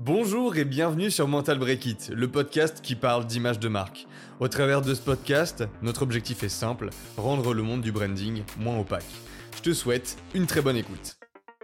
Bonjour et bienvenue sur Mental Break It, le podcast qui parle d'image de marque. Au travers de ce podcast, notre objectif est simple, rendre le monde du branding moins opaque. Je te souhaite une très bonne écoute.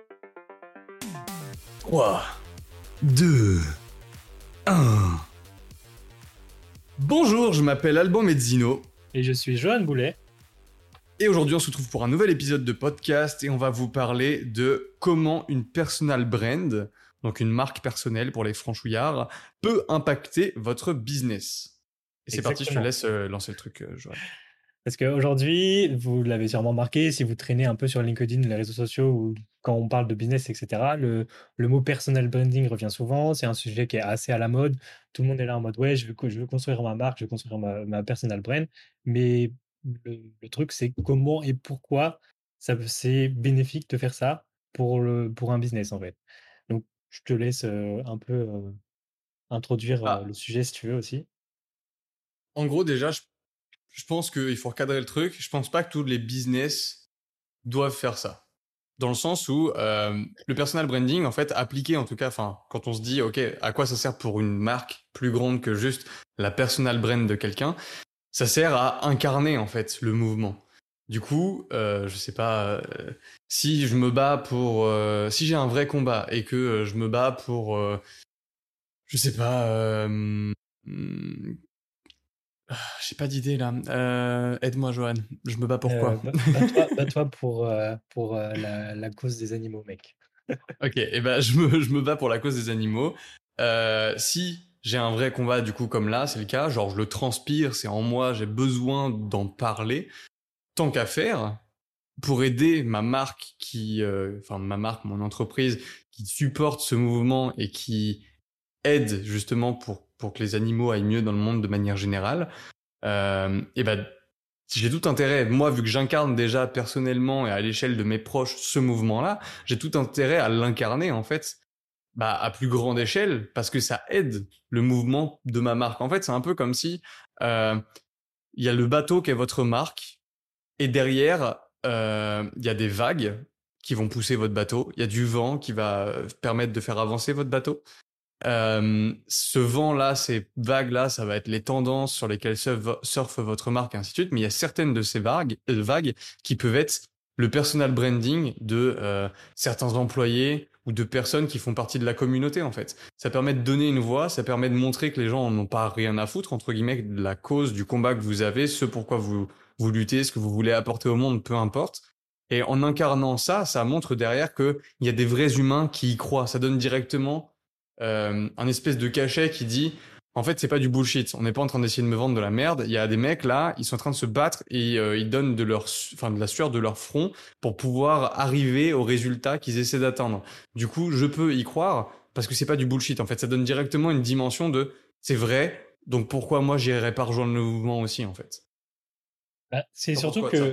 3, 2, 1. Bonjour, je m'appelle Alban Mezzino. Et je suis Johan Boulet. Et aujourd'hui, on se retrouve pour un nouvel épisode de podcast et on va vous parler de comment une personal brand, donc une marque personnelle pour les franchouillards, peut impacter votre business. Et c'est parti, je te laisse lancer le truc, Johan. Parce qu'aujourd'hui, vous l'avez sûrement remarqué, si vous traînez un peu sur LinkedIn, les réseaux sociaux, ou quand on parle de business, etc., le mot personal branding revient souvent. C'est un sujet qui est assez à la mode. Tout le monde est là en mode, ouais, je veux construire ma marque, je veux construire ma personal brand. Mais le truc, c'est comment et pourquoi c'est bénéfique de faire ça pour un business, en fait. Donc, je te laisse un peu introduire le sujet si tu veux aussi. En gros, déjà, je pense qu'il faut recadrer le truc. Je pense pas que tous les business doivent faire ça. Dans le sens où le personal branding, en fait, appliqué en tout cas, quand on se dit, ok, à quoi ça sert pour une marque plus grande que juste la personal brand de quelqu'un, ça sert à incarner en fait le mouvement. Du coup, je sais pas, si je me bats pour, si j'ai un vrai combat et que je me bats pour, je sais pas, j'ai pas d'idée là. Aide-moi, Johan. Je me bats pour quoi? Bats-toi pour la cause des animaux, mec. Ok, et ben je me bats pour la cause des animaux. Si j'ai un vrai combat, du coup, comme là, c'est le cas, genre je le transpire, c'est en moi, j'ai besoin d'en parler. Tant qu'à faire, pour aider ma marque ma marque, mon entreprise, qui supporte ce mouvement et qui aide justement pour que les animaux aillent mieux dans le monde de manière générale, et ben j'ai tout intérêt, moi vu que j'incarne déjà personnellement et à l'échelle de mes proches ce mouvement-là, j'ai tout intérêt à l'incarner en fait, à plus grande échelle parce que ça aide le mouvement de ma marque. En fait, c'est un peu comme si il y a le bateau qui est votre marque et derrière il y a des vagues qui vont pousser votre bateau, il y a du vent qui va permettre de faire avancer votre bateau. Ce vent-là, ces vagues-là, ça va être les tendances sur lesquelles surfe votre marque et ainsi de suite. Mais il y a certaines de ces vagues qui peuvent être le personal branding de certains employés ou de personnes qui font partie de la communauté, en fait. Ça permet de donner une voix, ça permet de montrer que les gens n'ont pas rien à foutre, entre guillemets, de la cause, du combat que vous avez, ce pourquoi vous luttez, ce que vous voulez apporter au monde, peu importe. Et en incarnant ça, ça montre derrière qu'il y a des vrais humains qui y croient. Ça donne directement un espèce de cachet qui dit en fait c'est pas du bullshit, on n'est pas en train d'essayer de me vendre de la merde, il y a des mecs là, ils sont en train de se battre et ils donnent de la sueur de leur front pour pouvoir arriver au résultat qu'ils essaient d'atteindre. Du coup je peux y croire parce que c'est pas du bullshit, en fait ça donne directement une dimension de c'est vrai, donc pourquoi moi j'irais pas rejoindre le mouvement aussi en fait. C'est T'en penses surtout quoi de ça? que,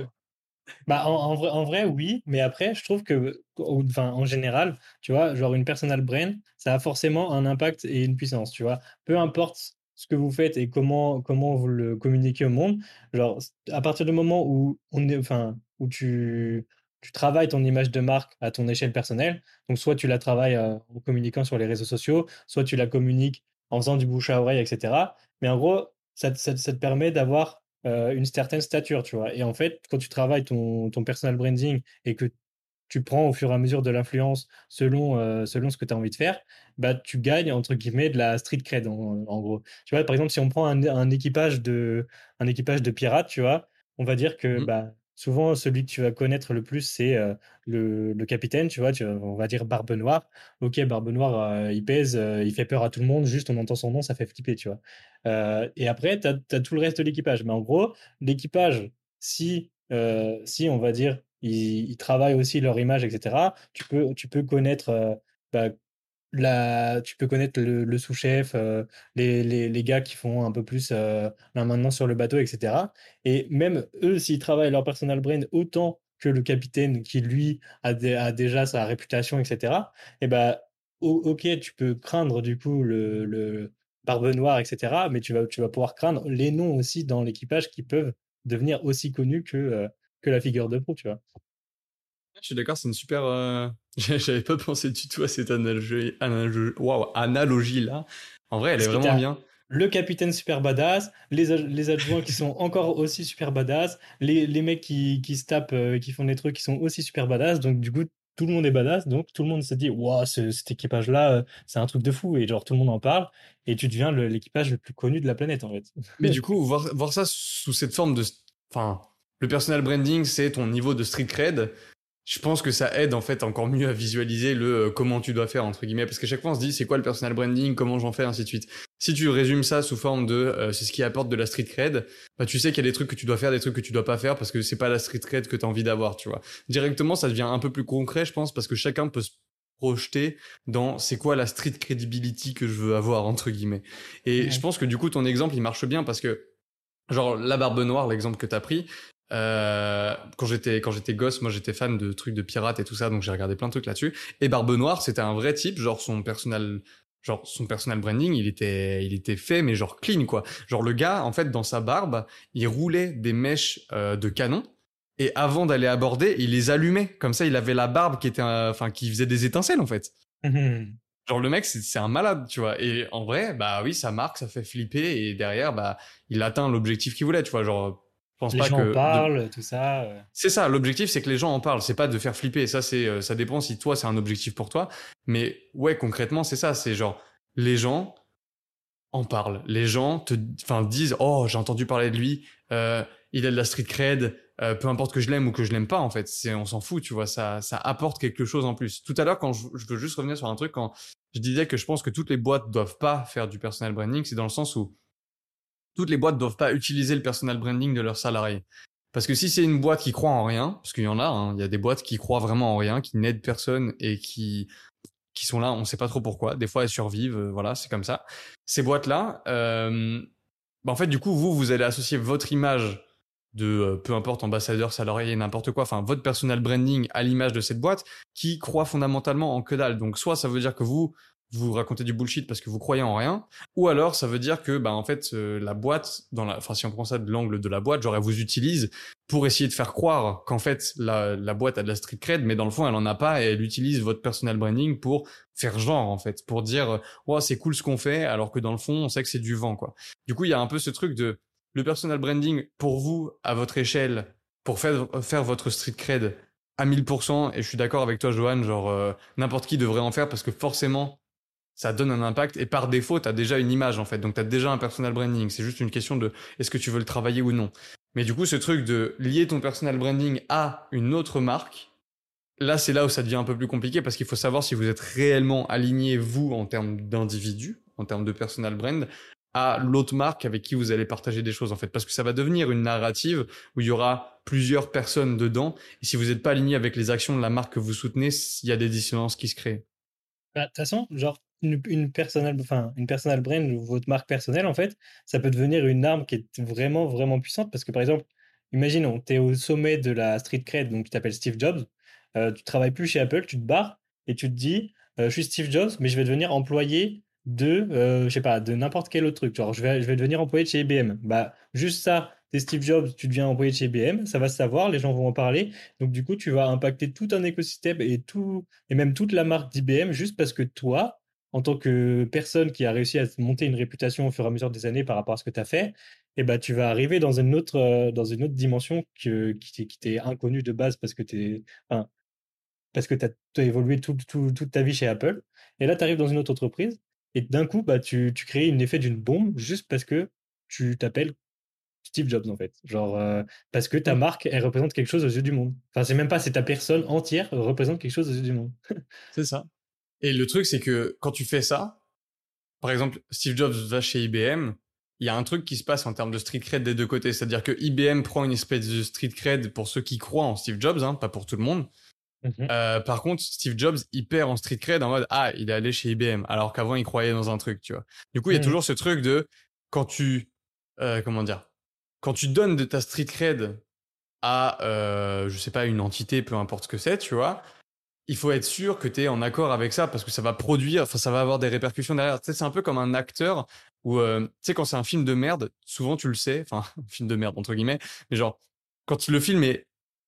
en vrai, oui, mais après, je trouve que, enfin, en général, tu vois, genre une personal brand, ça a forcément un impact et une puissance, tu vois. Peu importe ce que vous faites et comment vous le communiquez au monde, genre, à partir du moment où où tu travailles ton image de marque à ton échelle personnelle, donc soit tu la travailles en communiquant sur les réseaux sociaux, soit tu la communiques en faisant du bouche à oreille, etc. Mais en gros, ça te permet d'avoir une certaine stature, tu vois. Et en fait, quand tu travailles ton personal branding et que tu prends au fur et à mesure de l'influence selon ce que tu as envie de faire, bah, tu gagnes, entre guillemets, de la street cred, en gros. Tu vois, par exemple, si on prend un équipage de pirates, tu vois, on va dire que Mhm. bah, souvent, celui que tu vas connaître le plus, c'est le capitaine, tu vois, on va dire Barbe Noire. Ok, Barbe Noire, il pèse, il fait peur à tout le monde, juste on entend son nom, ça fait flipper, tu vois. Et après, tu as tout le reste de l'équipage. Mais en gros, l'équipage, si on va dire, ils travaillent aussi leur image, etc., tu peux connaître, bah, tu peux connaître le sous-chef, les gars qui font un peu plus là maintenant sur le bateau, etc. Et même eux, s'ils travaillent leur personal brand autant que le capitaine qui, lui, a déjà sa réputation, etc., et bah, ok, tu peux craindre du coup le Barbe Noire, etc., mais tu vas pouvoir craindre les noms aussi dans l'équipage qui peuvent devenir aussi connus que la figure de proue, tu vois. Je suis d'accord, c'est une super. J'avais pas pensé du tout à cette analogie là. En vrai, elle est Parce que vraiment t'as bien. le capitaine super badass, les adjoints qui sont encore aussi super badass, les mecs qui se tapent, qui font des trucs qui sont aussi super badass. Donc, du coup, tout le monde est badass. Donc, tout le monde se dit, waouh, cet équipage-là, c'est un truc de fou. Et genre, tout le monde en parle. Et tu deviens l'équipage le plus connu de la planète, en fait. Mais du coup, voir ça sous cette forme de. Enfin, le personal branding, c'est ton niveau de street cred. Je pense que ça aide en fait encore mieux à visualiser le comment tu dois faire entre guillemets parce qu'à chaque fois on se dit c'est quoi le personal branding, comment j'en fais, ainsi de suite. Si tu résumes ça sous forme de c'est ce qui apporte de la street cred, bah tu sais qu'il y a des trucs que tu dois faire, des trucs que tu dois pas faire parce que c'est pas la street cred que tu as envie d'avoir, tu vois. Directement ça devient un peu plus concret je pense parce que chacun peut se projeter dans c'est quoi la street credibility que je veux avoir entre guillemets. Et je Ouais. pense que du coup ton exemple il marche bien parce que genre la Barbe Noire, l'exemple que t'as pris, quand j'étais gosse, moi j'étais fan de trucs de pirates et tout ça, donc j'ai regardé plein de trucs là-dessus. Et Barbe Noire, c'était un vrai type, genre son personal branding, il était fait, mais genre clean quoi. Genre le gars, en fait, dans sa barbe, il roulait des mèches de canon. Et avant d'aller aborder, il les allumait. Comme ça, il avait la barbe qui était, enfin, qui faisait des étincelles en fait. Genre le mec c'est un malade, tu vois. Et en vrai, bah oui, ça marque, ça fait flipper et derrière bah il atteint l'objectif qu'il voulait, tu vois. Genre je pense Les pas gens en que parlent, tout ça. c'est ça, l'objectif c'est que les gens en parlent, c'est pas de faire flipper. Ça c'est ça dépend si toi c'est un objectif pour toi, mais ouais, concrètement, c'est ça, c'est genre les gens en parlent. Les gens enfin, disent oh j'ai entendu parler de lui, il a de la street cred, peu importe que je l'aime ou que je l'aime pas en fait, on s'en fout, tu vois, ça apporte quelque chose en plus. Tout à l'heure quand je veux juste revenir sur un truc quand je disais que je pense que toutes les boîtes doivent pas faire du personal branding, c'est dans le sens où toutes les boîtes doivent pas utiliser le personal branding de leurs salariés. Parce que si c'est une boîte qui croit en rien, parce qu'il y en a, hein, il y a des boîtes qui croient vraiment en rien, qui n'aident personne et qui sont là, on sait pas trop pourquoi. Des fois, elles survivent, voilà, c'est comme ça. Ces boîtes-là, bah en fait, du coup, vous allez associer votre image de peu importe ambassadeur, salarié, n'importe quoi, enfin votre personal branding à l'image de cette boîte qui croit fondamentalement en que dalle. Donc soit ça veut dire que vous racontez du bullshit parce que vous croyez en rien, ou alors ça veut dire que bah en fait la boîte enfin si on prend ça de l'angle de la boîte, genre elle vous utilise pour essayer de faire croire qu'en fait la boîte a de la street cred, mais dans le fond elle en a pas et elle utilise votre personal branding pour faire genre en fait, pour dire ouais c'est cool ce qu'on fait alors que dans le fond on sait que c'est du vent quoi. Du coup il y a un peu ce truc de le personal branding pour vous à votre échelle pour faire votre street cred à 1000%, et je suis d'accord avec toi Johan, genre n'importe qui devrait en faire parce que forcément ça donne un impact et par défaut t'as déjà une image en fait, donc t'as déjà un personal branding, c'est juste une question de est-ce que tu veux le travailler ou non. Mais du coup ce truc de lier ton personal branding à une autre marque, là c'est là où ça devient un peu plus compliqué parce qu'il faut savoir si vous êtes réellement aligné vous en termes d'individu, en termes de personal brand à l'autre marque avec qui vous allez partager des choses en fait, parce que ça va devenir une narrative où il y aura plusieurs personnes dedans et si vous n'êtes pas aligné avec les actions de la marque que vous soutenez, il y a des dissonances qui se créent. Bah, de toute façon, genre, une personal brand ou votre marque personnelle, en fait, ça peut devenir une arme qui est vraiment, vraiment puissante parce que, par exemple, imaginons, tu es au sommet de la street cred, donc tu t'appelles Steve Jobs, tu travailles plus chez Apple, tu te barres et tu te dis, je suis Steve Jobs, mais je vais devenir employé je sais pas, de n'importe quel autre truc. Genre, je vais devenir employé de chez IBM. Bah, juste ça, t'es Steve Jobs, tu deviens employé de chez IBM, ça va se savoir, les gens vont en parler. Donc, du coup, tu vas impacter tout un écosystème et même toute la marque d'IBM juste parce que toi, en tant que personne qui a réussi à se monter une réputation au fur et à mesure des années par rapport à ce que tu as fait, eh ben, tu vas arriver dans une autre dimension qui t'est inconnue de base enfin, parce que tu as évolué toute ta vie chez Apple. Et là, tu arrives dans une autre entreprise et d'un coup, bah, tu crées un effet d'une bombe juste parce que tu t'appelles Steve Jobs, en fait. Genre, parce que ta Ouais, marque, elle représente quelque chose aux yeux du monde. Enfin, c'est même pas, c'est ta personne entière représente quelque chose aux yeux du monde. c'est ça. Et le truc c'est que quand tu fais ça, par exemple Steve Jobs va chez IBM, il y a un truc qui se passe en termes de street cred des deux côtés, c'est-à-dire que IBM prend une espèce de street cred pour ceux qui croient en Steve Jobs, hein, pas pour tout le monde. Mhm. Par contre, Steve Jobs, il perd en street cred en mode ah, il est allé chez IBM, alors qu'avant il croyait dans un truc, tu vois. Du coup, il y a Mhm. toujours ce truc de quand tu comment dire, quand tu donnes de ta street cred à je sais pas une entité, peu importe ce que c'est, tu vois. Il faut être sûr que tu es en accord avec ça parce que ça va produire, enfin ça va avoir des répercussions derrière. Tu sais, c'est un peu comme un acteur où tu sais quand c'est un film de merde, souvent tu le sais, enfin un film de merde entre guillemets, mais genre quand le film est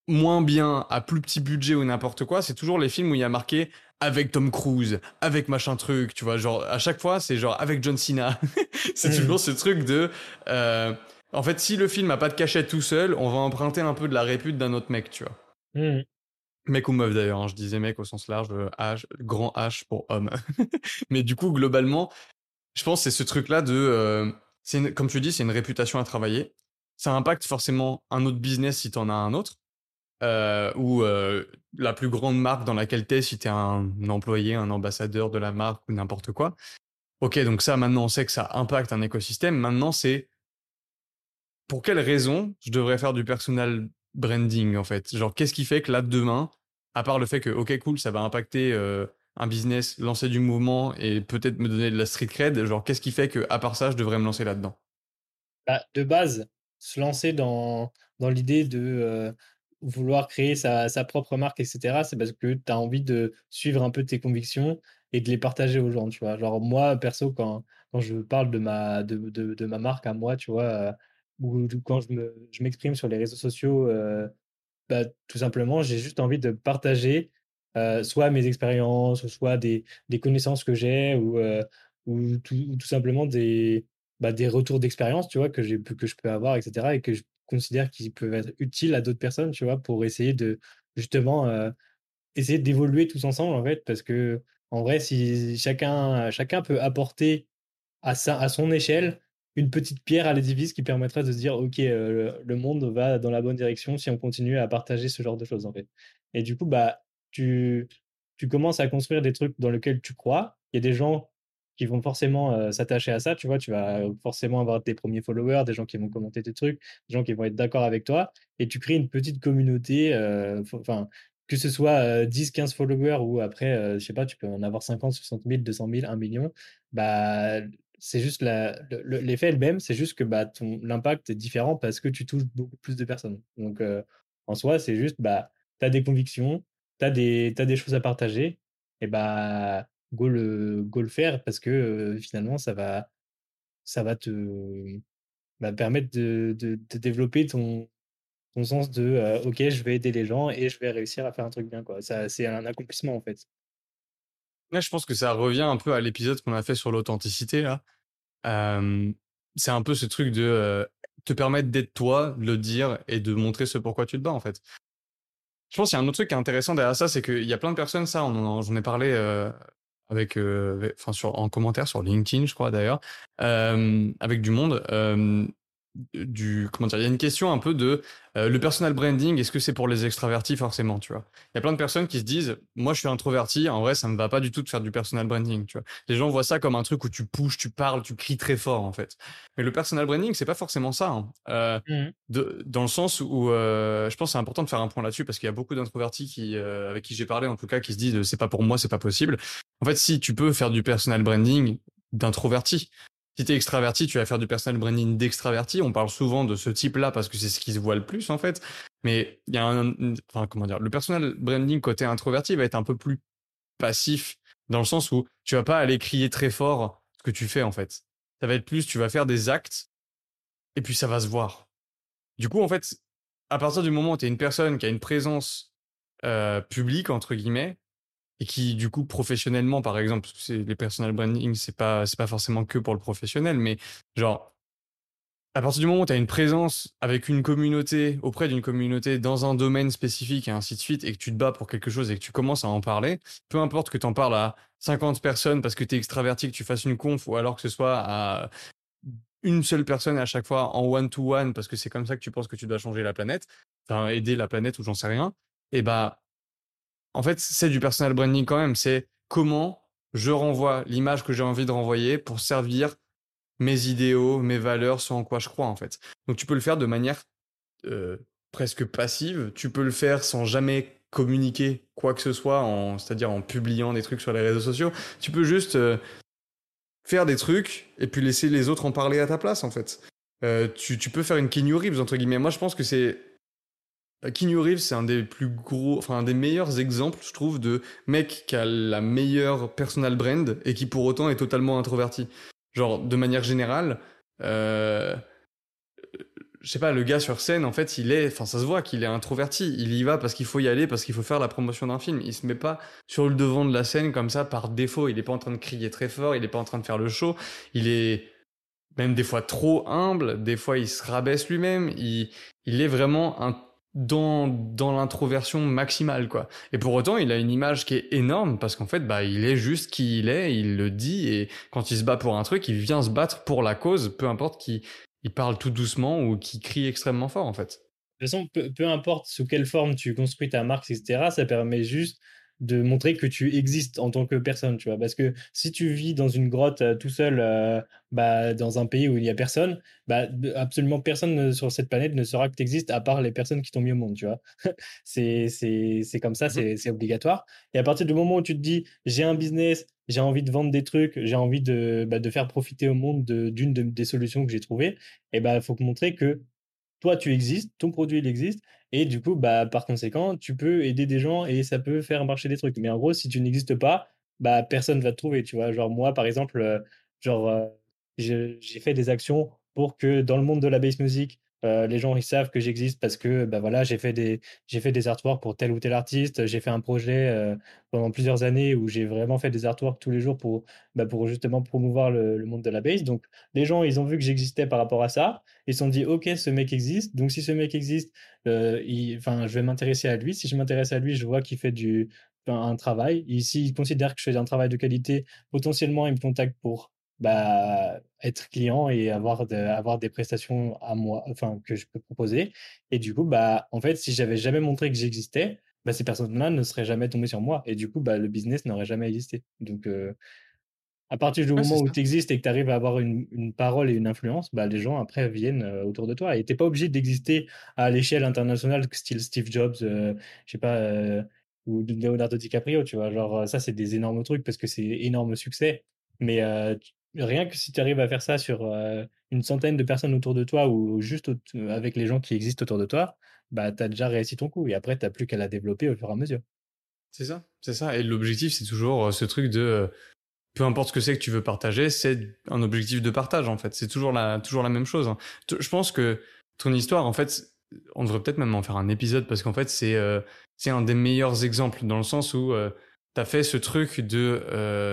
moins bien, à plus petit budget ou n'importe quoi, c'est toujours les films où il y a marqué avec Tom Cruise, avec machin truc, tu vois, genre à chaque fois c'est genre avec John Cena. C'est Mhm. toujours ce truc de euh, en fait si le film a pas de cachet tout seul, on va emprunter un peu de la répute d'un autre mec, tu vois. Mhm. Mec ou meuf d'ailleurs, hein, je disais mec au sens large, H, grand H pour homme. Mais du coup globalement, je pense que c'est ce truc là de comme tu dis, c'est une réputation à travailler. Ça impacte forcément un autre business si t'en as un autre ou la plus grande marque dans laquelle t'es si t'es un employé, un ambassadeur de la marque ou n'importe quoi. Ok, donc ça, maintenant, on sait que ça impacte un écosystème. Maintenant, c'est pour quelle raison je devrais faire du personal branding, en fait? Genre, qu'est-ce qui fait que là, demain, à part le fait que, ok, cool, ça va impacter un business, lancer du mouvement et peut-être me donner de la street cred, genre, qu'est-ce qui fait que, à part ça, je devrais me lancer là-dedans? Bah, de base, se lancer dans l'idée de vouloir créer sa propre marque, etc., c'est parce que tu as envie de suivre un peu tes convictions et de les partager aux gens, tu vois. Genre, moi, perso, quand je parle de ma marque à moi, tu vois, ou quand je m'exprime sur les réseaux sociaux, bah, tout simplement, j'ai juste envie de partager soit mes expériences, soit des connaissances que j'ai, ou tout simplement des retours d'expérience, tu vois, que je peux avoir, etc. Et que je considère qu'ils peuvent être utiles à d'autres personnes, tu vois, pour essayer de justement essayer d'évoluer tous ensemble, en fait, parce que en vrai, si chacun peut apporter à son échelle une petite pierre à l'édifice qui permettrait de se dire, OK, le monde va dans la bonne direction si on continue à partager ce genre de choses, en fait. Et du coup, bah, tu, tu commences à construire des trucs dans lesquels tu crois. Il y a des gens qui vont forcément s'attacher à ça, tu vois, tu vas forcément avoir tes premiers followers, des gens qui vont commenter tes trucs, des gens qui vont être d'accord avec toi, et tu crées une petite communauté, enfin, que ce soit 10, 15 followers ou après, je sais pas, tu peux en avoir 50, 60 000, 200 000, 1 million, bah, c'est juste l'effet est le même, c'est juste que bah, l'impact est différent parce que tu touches beaucoup plus de personnes. Donc, en soi, c'est juste, bah, tu as des convictions, t'as des choses à partager, et bah, go le faire parce que finalement, ça va te bah, permettre de développer ton sens de OK, je vais aider les gens et je vais réussir à faire un truc bien, quoi. Ça, c'est un accomplissement, en fait. Là, je pense que ça revient un peu à l'épisode qu'on a fait sur l'authenticité, là. Euh, c'est un peu ce truc de te permettre d'être toi, de le dire et de montrer ce pourquoi tu te bats en fait. Je pense qu'il y a un autre truc qui est intéressant derrière ça, c'est qu'il y a plein de personnes, ça, j'en ai parlé enfin en commentaire sur LinkedIn, je crois d'ailleurs, avec du monde. Comment dire, il y a une question un peu de le personal branding, est-ce que c'est pour les extravertis forcément, tu vois? Il y a plein de personnes qui se disent, moi je suis introverti, en vrai ça me va pas du tout de faire du personal branding, tu vois. Les gens voient ça comme un truc où tu pushes, tu parles, tu cries très fort en fait. Mais le personal branding, c'est pas forcément ça, hein. Mhm. Dans le sens où je pense que c'est important de faire un point là-dessus parce qu'il y a beaucoup d'introvertis avec qui j'ai parlé en tout cas qui se disent c'est pas pour moi, c'est pas possible. En fait, si tu peux faire du personal branding d'introverti, si t'es extraverti, tu vas faire du personal branding d'extraverti. On parle souvent de ce type-là parce que c'est ce qui se voit le plus en fait. Mais il y a enfin comment dire, le personal branding côté introverti va être un peu plus passif dans le sens où tu vas pas aller crier très fort ce que tu fais en fait. Ça va être plus, tu vas faire des actes et puis ça va se voir. Du coup, en fait, à partir du moment où tu es une personne qui a une présence publique, entre guillemets, et qui, du coup, professionnellement, par exemple, parce que les personal branding, c'est pas forcément que pour le professionnel, mais genre, à partir du moment où tu as une présence avec une communauté, auprès d'une communauté, dans un domaine spécifique et ainsi de suite, et que tu te bats pour quelque chose et que tu commences à en parler, peu importe que tu en parles à 50 personnes parce que tu es extraverti, que tu fasses une conf, ou alors que ce soit à une seule personne à chaque fois en one-to-one parce que c'est comme ça que tu penses que tu dois changer la planète, enfin aider la planète ou j'en sais rien, et bah en fait c'est du personal branding quand même, c'est comment je renvoie l'image que j'ai envie de renvoyer pour servir mes idéaux, mes valeurs, ce en quoi je crois en fait. Donc tu peux le faire de manière euh, presque passive, tu peux le faire sans jamais communiquer quoi que ce soit, c'est-à-dire en publiant des trucs sur les réseaux sociaux, tu peux juste faire des trucs et puis laisser les autres en parler à ta place en fait. Tu peux faire une Keanu Reeves entre guillemets. Moi je pense que c'est Keanu Reeves, c'est un des plus gros, enfin un des meilleurs exemples, je trouve, de mec qui a la meilleure personal brand et qui pour autant est totalement introverti. Genre de manière générale, euh, je sais pas, le gars sur scène, en fait, enfin, ça se voit qu'il est introverti. Il y va parce qu'il faut y aller, parce qu'il faut faire la promotion d'un film. Il se met pas sur le devant de la scène comme ça par défaut. Il est pas en train de crier très fort. Il est pas en train de faire le show. Il est même des fois trop humble. Des fois, il se rabaisse lui-même. Il est vraiment dans l'introversion maximale, quoi. Et pour autant, il a une image qui est énorme parce qu'en fait, bah, il est juste qui il est. Il le dit. Et quand il se bat pour un truc, il vient se battre pour la cause, peu importe qui il parle tout doucement ou qui crie extrêmement fort, en fait. De toute façon, peu importe sous quelle forme tu construis ta marque, etc., ça permet juste de montrer que tu existes en tant que personne, tu vois. Parce que si tu vis dans une grotte tout seul, bah, dans un pays où il n'y a personne, bah, absolument personne sur cette planète ne saura que tu existes à part les personnes qui t'ont mis au monde, tu vois. C'est comme ça, Mhm. c'est obligatoire. Et à partir du moment où tu te dis, j'ai un business, j'ai envie de vendre des trucs, j'ai envie de faire profiter au monde des solutions que j'ai trouvées, et bah, il faut montrer que toi, tu existes, ton produit, il existe, et du coup, bah, par conséquent, tu peux aider des gens et ça peut faire marcher des trucs. Mais en gros, si tu n'existes pas, bah, personne va te trouver, tu vois. Genre, moi, par exemple, genre, j'ai fait des actions pour que dans le monde de la bass music, les gens, ils savent que j'existe parce que, bah, voilà, j'ai fait des artworks pour tel ou tel artiste. J'ai fait un projet pendant plusieurs années où j'ai vraiment fait des artworks tous les jours pour justement promouvoir le monde de la bass. Donc, les gens, ils ont vu que j'existais par rapport à ça. Ils se sont dit, OK, ce mec existe. Donc, si ce mec existe, enfin, je vais m'intéresser à lui. Si je m'intéresse à lui, je vois qu'il fait un travail. Et s'il considère que je fais un travail de qualité, potentiellement, il me contacte pour bah, être client et avoir des prestations à moi, enfin, que je peux proposer. Et du coup, bah, en fait, si j'avais jamais montré que j'existais, bah, ces personnes-là ne seraient jamais tombées sur moi. Et du coup, bah, le business n'aurait jamais existé. Donc, à partir du Ouais, c'est moment où ça. tu existes et que tu arrives à avoir une parole et une influence, bah, les gens après viennent autour de toi. Et t'es pas obligé d'exister à l'échelle internationale, style Steve Jobs, je sais pas, ou Leonardo DiCaprio, tu vois. Genre, ça, c'est des énormes trucs parce que c'est énorme succès. Mais rien que si tu arrives à faire ça sur une centaine de personnes autour de toi ou juste avec les gens qui existent autour de toi, bah, tu as déjà réussi ton coup. Et après, tu n'as plus qu'à la développer au fur et à mesure. C'est ça. C'est ça. Et l'objectif, c'est toujours ce truc de peu importe ce que c'est que tu veux partager, c'est un objectif de partage, en fait. C'est toujours la même chose, hein. Je pense que ton histoire, en fait, on devrait peut-être même en faire un épisode parce qu'en fait, c'est un des meilleurs exemples dans le sens où t'as fait ce truc de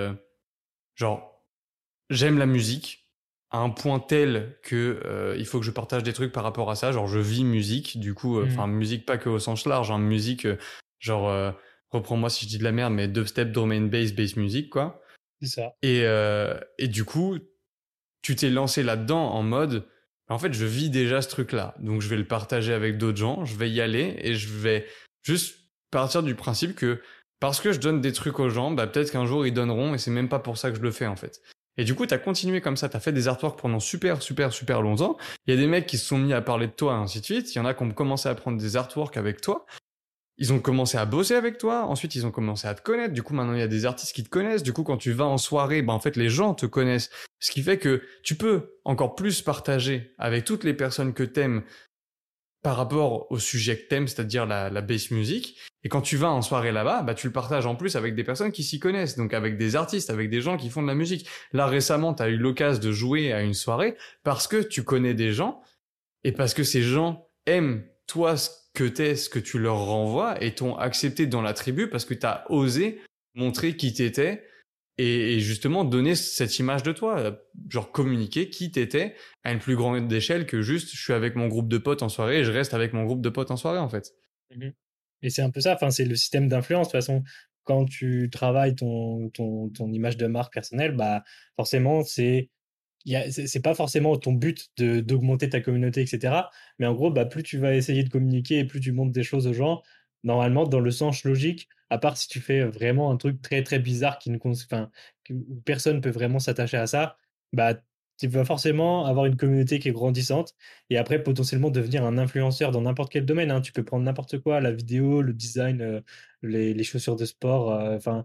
genre, j'aime la musique à un point tel que il faut que je partage des trucs par rapport à ça. Genre, je vis musique, du coup, enfin, Mhm. musique pas que au sens large, hein, musique, genre, reprends-moi si je dis de la merde, mais dubstep, drum and bass, bass music, quoi. C'est ça. Et du coup, tu t'es lancé là-dedans en mode, en fait, je vis déjà ce truc-là. Donc, je vais le partager avec d'autres gens, je vais y aller et je vais juste partir du principe que parce que je donne des trucs aux gens, bah, peut-être qu'un jour ils donneront et c'est même pas pour ça que je le fais, en fait. Et du coup, t'as continué comme ça, t'as fait des artworks pendant super, super, super longtemps. Il y a des mecs qui se sont mis à parler de toi, et ainsi de suite. Il y en a qui ont commencé à prendre des artworks avec toi. Ils ont commencé à bosser avec toi, ensuite ils ont commencé à te connaître, du coup maintenant il y a des artistes qui te connaissent, du coup quand tu vas en soirée, en fait les gens te connaissent, ce qui fait que tu peux encore plus partager avec toutes les personnes que t'aimes par rapport au sujet que t'aimes, c'est-à-dire la bass music, et quand tu vas en soirée là-bas, bah tu le partages en plus avec des personnes qui s'y connaissent, donc avec des artistes, avec des gens qui font de la musique. Là récemment, t'as eu l'occasion de jouer à une soirée parce que tu connais des gens et parce que ces gens aiment toi ce que t'es, ce que tu leur renvoies et t'ont accepté dans la tribu parce que t'as osé montrer qui t'étais et justement donner cette image de toi, genre communiquer qui t'étais à une plus grande échelle que juste je suis avec mon groupe de potes en soirée et je reste avec mon groupe de potes en soirée en fait. Mhm. Et c'est un peu ça, enfin, c'est le système d'influence. De toute façon, quand tu travailles ton image de marque personnelle, bah, forcément, c'est pas forcément ton but d'augmenter ta communauté, etc. Mais en gros, bah, plus tu vas essayer de communiquer et plus tu montres des choses aux gens, normalement, dans le sens logique, à part si tu fais vraiment un truc très très bizarre enfin, où personne peut vraiment s'attacher à ça, bah, tu vas forcément avoir une communauté qui est grandissante et après potentiellement devenir un influenceur dans n'importe quel domaine, hein. Tu peux prendre n'importe quoi, la vidéo, le design, les chaussures de sport, enfin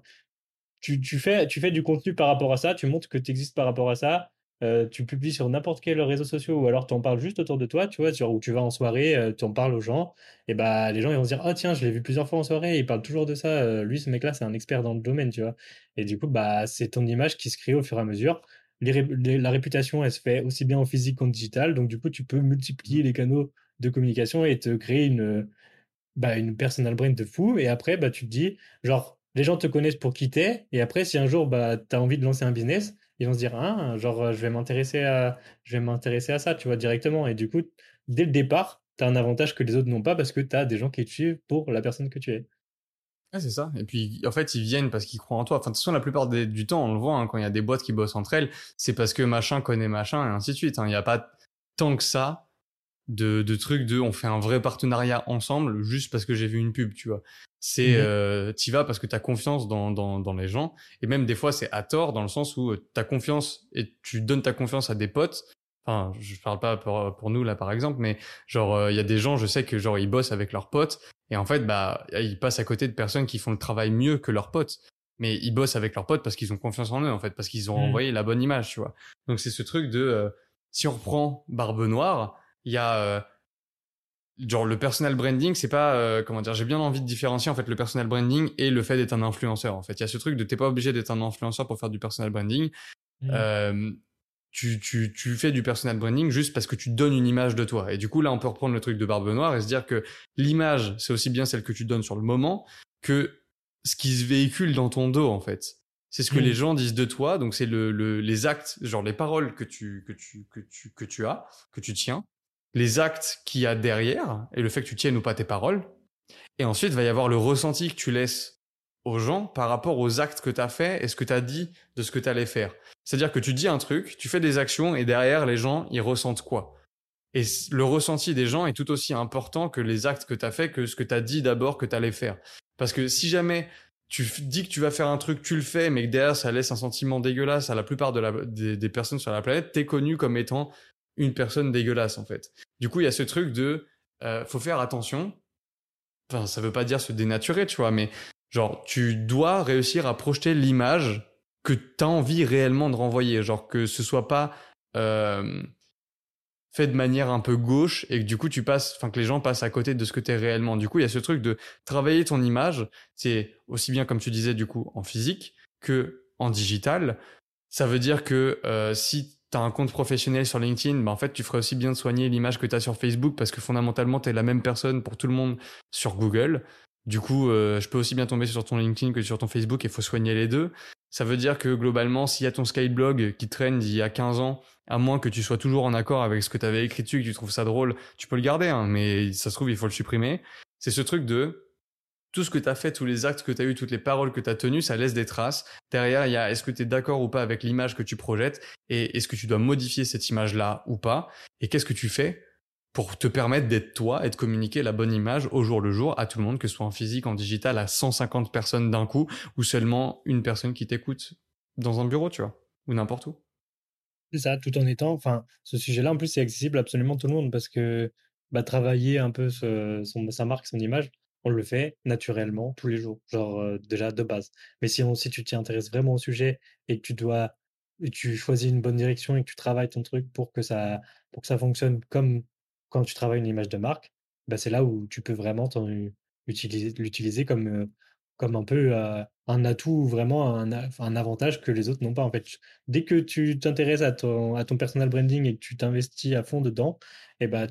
tu fais du contenu par rapport à ça, tu montres que tu existes par rapport à ça, tu publies sur n'importe quel réseau social ou alors tu en parles juste autour de toi, tu vois, genre où tu vas en soirée, tu en parles aux gens, et bah les gens ils vont se dire, ah tiens, je l'ai vu plusieurs fois en soirée, il parle toujours de ça, lui ce mec-là c'est un expert dans le domaine, tu vois. Et du coup, bah c'est ton image qui se crée au fur et à mesure. la réputation, elle se fait aussi bien en physique qu'en digital. Donc, du coup, tu peux multiplier les canaux de communication et te créer une personal brand de fou. Et après, bah, tu te dis, genre, les gens te connaissent pour qui t'es. Et après, si un jour, bah, tu as envie de lancer un business, ils vont se dire, ah, genre, je vais m'intéresser à ça, tu vois, directement. Et du coup, dès le départ, tu as un avantage que les autres n'ont pas parce que tu as des gens qui te suivent pour la personne que tu es. Ouais, c'est ça. Et puis, en fait, ils viennent parce qu'ils croient en toi. Enfin, de toute façon, la plupart du temps, on le voit, hein, quand il y a des boîtes qui bossent entre elles, c'est parce que machin connaît machin et ainsi de suite, hein. Il n'y a pas tant que ça de trucs de on fait un vrai partenariat ensemble juste parce que j'ai vu une pub, tu vois. C'est, Mhm. t'y vas parce que t'as confiance dans les gens. Et même des fois, c'est à tort dans le sens où t'as confiance et tu donnes ta confiance à des potes. Enfin, je parle pas pour nous là, par exemple, mais genre, il y a des gens, je sais que genre, ils bossent avec leurs potes et en fait, bah, ils passent à côté de personnes qui font le travail mieux que leurs potes. Mais ils bossent avec leurs potes parce qu'ils ont confiance en eux, en fait, parce qu'ils ont Mhm. envoyé la bonne image, tu vois. Donc, c'est ce truc de, si on reprend Barbe Noire, il y a, genre le personal branding, c'est pas, comment dire, j'ai bien envie de différencier en fait le personal branding et le fait d'être un influenceur. En fait, il y a ce truc de t'es pas obligé d'être un influenceur pour faire du personal branding. Mhm. Euh, tu fais du personal branding juste parce que tu donnes une image de toi. Et du coup, là, on peut reprendre le truc de Barbe Noire et se dire que l'image, c'est aussi bien celle que tu donnes sur le moment que ce qui se véhicule dans ton dos, en fait. C'est ce que les Mhm. gens disent de toi, donc c'est les actes, genre les paroles que tu tiens, les actes qu'il y a derrière, et le fait que tu tiennes ou pas tes paroles. Et ensuite, il va y avoir le ressenti que tu laisses aux gens par rapport aux actes que tu as fait et ce que tu as dit de ce que tu allais faire. C'est-à-dire que tu dis un truc, tu fais des actions et derrière, les gens, ils ressentent quoi? Et le ressenti des gens est tout aussi important que les actes que tu as fait, que ce que tu as dit d'abord que tu allais faire. Parce que si jamais dis que tu vas faire un truc, tu le fais, mais que derrière, ça laisse un sentiment dégueulasse à la plupart des personnes sur la planète, t'es connu comme étant une personne dégueulasse, en fait. Du coup, il y a ce truc de, faut faire attention. Enfin, ça veut pas dire se dénaturer, tu vois, mais genre, tu dois réussir à projeter l'image que tu as envie réellement de renvoyer. Genre, que ce soit pas euh, fait de manière un peu gauche et que du coup, que les gens passent à côté de ce que tu es réellement. Du coup, il y a ce truc de travailler ton image. C'est aussi bien, comme tu disais, du coup, en physique que en digital. Ça veut dire que si tu as un compte professionnel sur LinkedIn, bah en fait, tu ferais aussi bien de soigner l'image que tu as sur Facebook parce que fondamentalement, tu es la même personne pour tout le monde sur Google. Du coup, je peux aussi bien tomber sur ton LinkedIn que sur ton Facebook et il faut soigner les deux. Ça veut dire que globalement, s'il y a ton Skyblog qui traîne d'il y a 15 ans, à moins que tu sois toujours en accord avec ce que tu avais écrit dessus et que tu trouves ça drôle, tu peux le garder, hein, mais ça se trouve, il faut le supprimer. C'est ce truc de tout ce que tu as fait, tous les actes que tu as eu, toutes les paroles que tu as tenues, ça laisse des traces. Derrière, il y a est-ce que tu es d'accord ou pas avec l'image que tu projettes et est-ce que tu dois modifier cette image-là ou pas et qu'est-ce que tu fais pour te permettre d'être toi et de communiquer la bonne image au jour le jour à tout le monde, que ce soit en physique, en digital, à 150 personnes d'un coup ou seulement une personne qui t'écoute dans un bureau, tu vois, ou n'importe où. C'est ça, tout en étant, enfin, ce sujet-là, en plus, c'est accessible à absolument tout le monde parce que bah, travailler un peu sa marque, son image, on le fait naturellement tous les jours, genre déjà de base. Mais si tu t'y intéresses vraiment au sujet et que et tu choisis une bonne direction et que tu travailles ton truc pour que ça fonctionne comme quand tu travailles une image de marque, bah, c'est là où tu peux vraiment l'utiliser comme un peu un atout ou vraiment un avantage que les autres n'ont pas en fait. Dès que tu t'intéresses à ton personal branding et que tu t'investis à fond dedans, et ben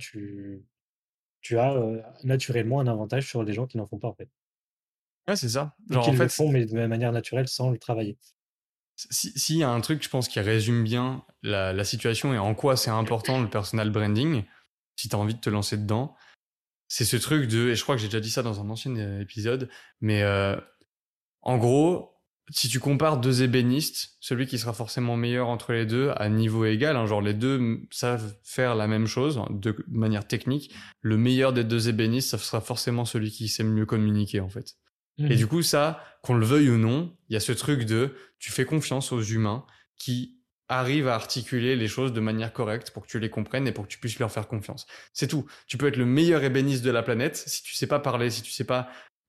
tu as naturellement un avantage sur les gens qui n'en font pas en fait. Ouais, c'est ça. Ou Genre qui en le fait, font mais de manière naturelle sans le travailler. s'il y a un truc, je pense, qui résume bien la situation et en quoi c'est important le personal branding, si tu as envie de te lancer dedans, c'est ce truc de, et je crois que j'ai déjà dit ça dans un ancien épisode, mais en gros, si tu compares deux ébénistes, celui qui sera forcément meilleur entre les deux à niveau égal, hein, genre les deux savent faire la même chose de manière technique, le meilleur des deux ébénistes, ça sera forcément celui qui sait mieux communiquer en fait. Et Mhm. du coup, ça, qu'on le veuille ou non, il y a ce truc de tu fais confiance aux humains qui arrivent à articuler les choses de manière correcte pour que tu les comprennes et pour que tu puisses leur faire confiance. C'est tout. Tu peux être le meilleur ébéniste de la planète si tu sais pas parler, si tu sais pas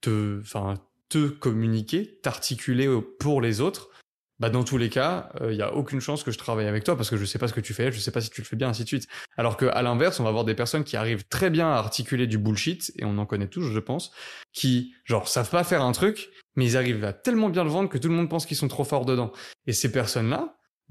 te communiquer, t'articuler pour les autres. Bah dans tous les cas, il y a aucune chance que je travaille avec toi parce que je sais pas ce que tu fais, je sais pas si tu le fais bien, ainsi de suite. Alors que à l'inverse, on va avoir des personnes qui arrivent très bien à articuler du bullshit et on en connaît tous, je pense, qui genre savent pas faire un truc, mais ils arrivent à tellement bien le vendre que tout le monde pense qu'ils sont trop forts dedans. Et ces personnes-là,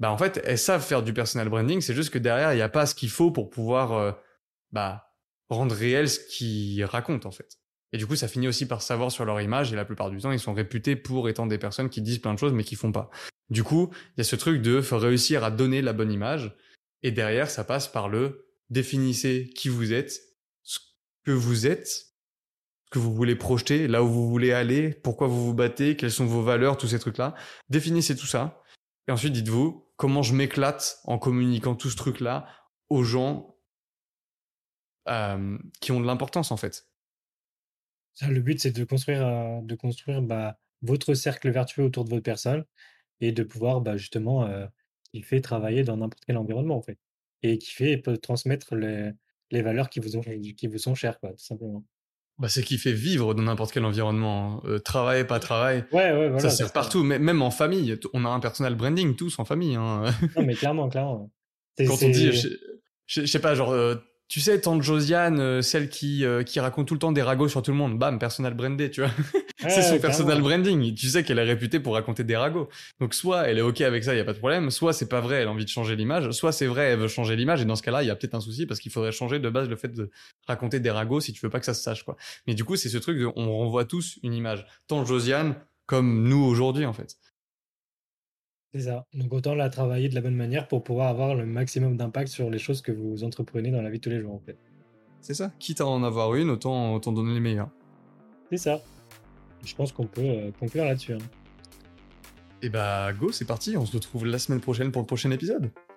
bah en fait, elles savent faire du personal branding, c'est juste que derrière, il n'y a pas ce qu'il faut pour pouvoir bah, rendre réel ce qu'ils racontent, en fait. Et du coup, ça finit aussi par savoir sur leur image, et la plupart du temps, ils sont réputés pour étant des personnes qui disent plein de choses, mais qui font pas. Du coup, il y a ce truc de faut réussir à donner la bonne image, et derrière, ça passe par le définissez qui vous êtes, ce que vous êtes, ce que vous voulez projeter, là où vous voulez aller, pourquoi vous vous battez, quelles sont vos valeurs, tous ces trucs-là. Définissez tout ça. Et ensuite, dites-vous, comment je m'éclate en communiquant tout ce truc-là aux gens qui ont de l'importance, en fait. Ça, le but, c'est de construire bah, votre cercle vertueux autour de votre personne et de pouvoir bah, justement kiffer travailler dans n'importe quel environnement, en fait. Et kiffer et peut transmettre les valeurs qui vous sont chères, quoi, tout simplement. Bah, c'est qui fait vivre dans n'importe quel environnement. Hein. Travail, pas travail, Ouais, ouais, ça voilà, c'est sert ça. partout. Mais même en famille, on a un personal branding tous en famille. Hein. Non, mais clairement, clairement. Quand on dit, C'est... je sais pas, genre, tu sais, tante Josiane, celle qui raconte tout le temps des ragots sur tout le monde, bam, personal brandé, tu vois. Ouais, C'est son ouais, personal clairement. branding. Tu sais qu'elle est réputée pour raconter des ragots. Donc, soit elle est OK avec ça, il y a pas de problème, soit c'est pas vrai, elle a envie de changer l'image, soit c'est vrai, elle veut changer l'image, et dans ce cas-là, il y a peut-être un souci parce qu'il faudrait changer de base le fait de raconter des ragots si tu veux pas que ça se sache, quoi. Mais du coup, c'est ce truc de, on renvoie tous une image. Tante Josiane, comme nous aujourd'hui, en fait. C'est ça. Donc autant la travailler de la bonne manière pour pouvoir avoir le maximum d'impact sur les choses que vous entreprenez dans la vie de tous les jours, en fait. C'est ça. Quitte à en avoir une, autant donner les meilleurs. C'est ça. Je pense qu'on peut conclure là-dessus, hein. Et bah, go, c'est parti, on se retrouve la semaine prochaine pour le prochain épisode.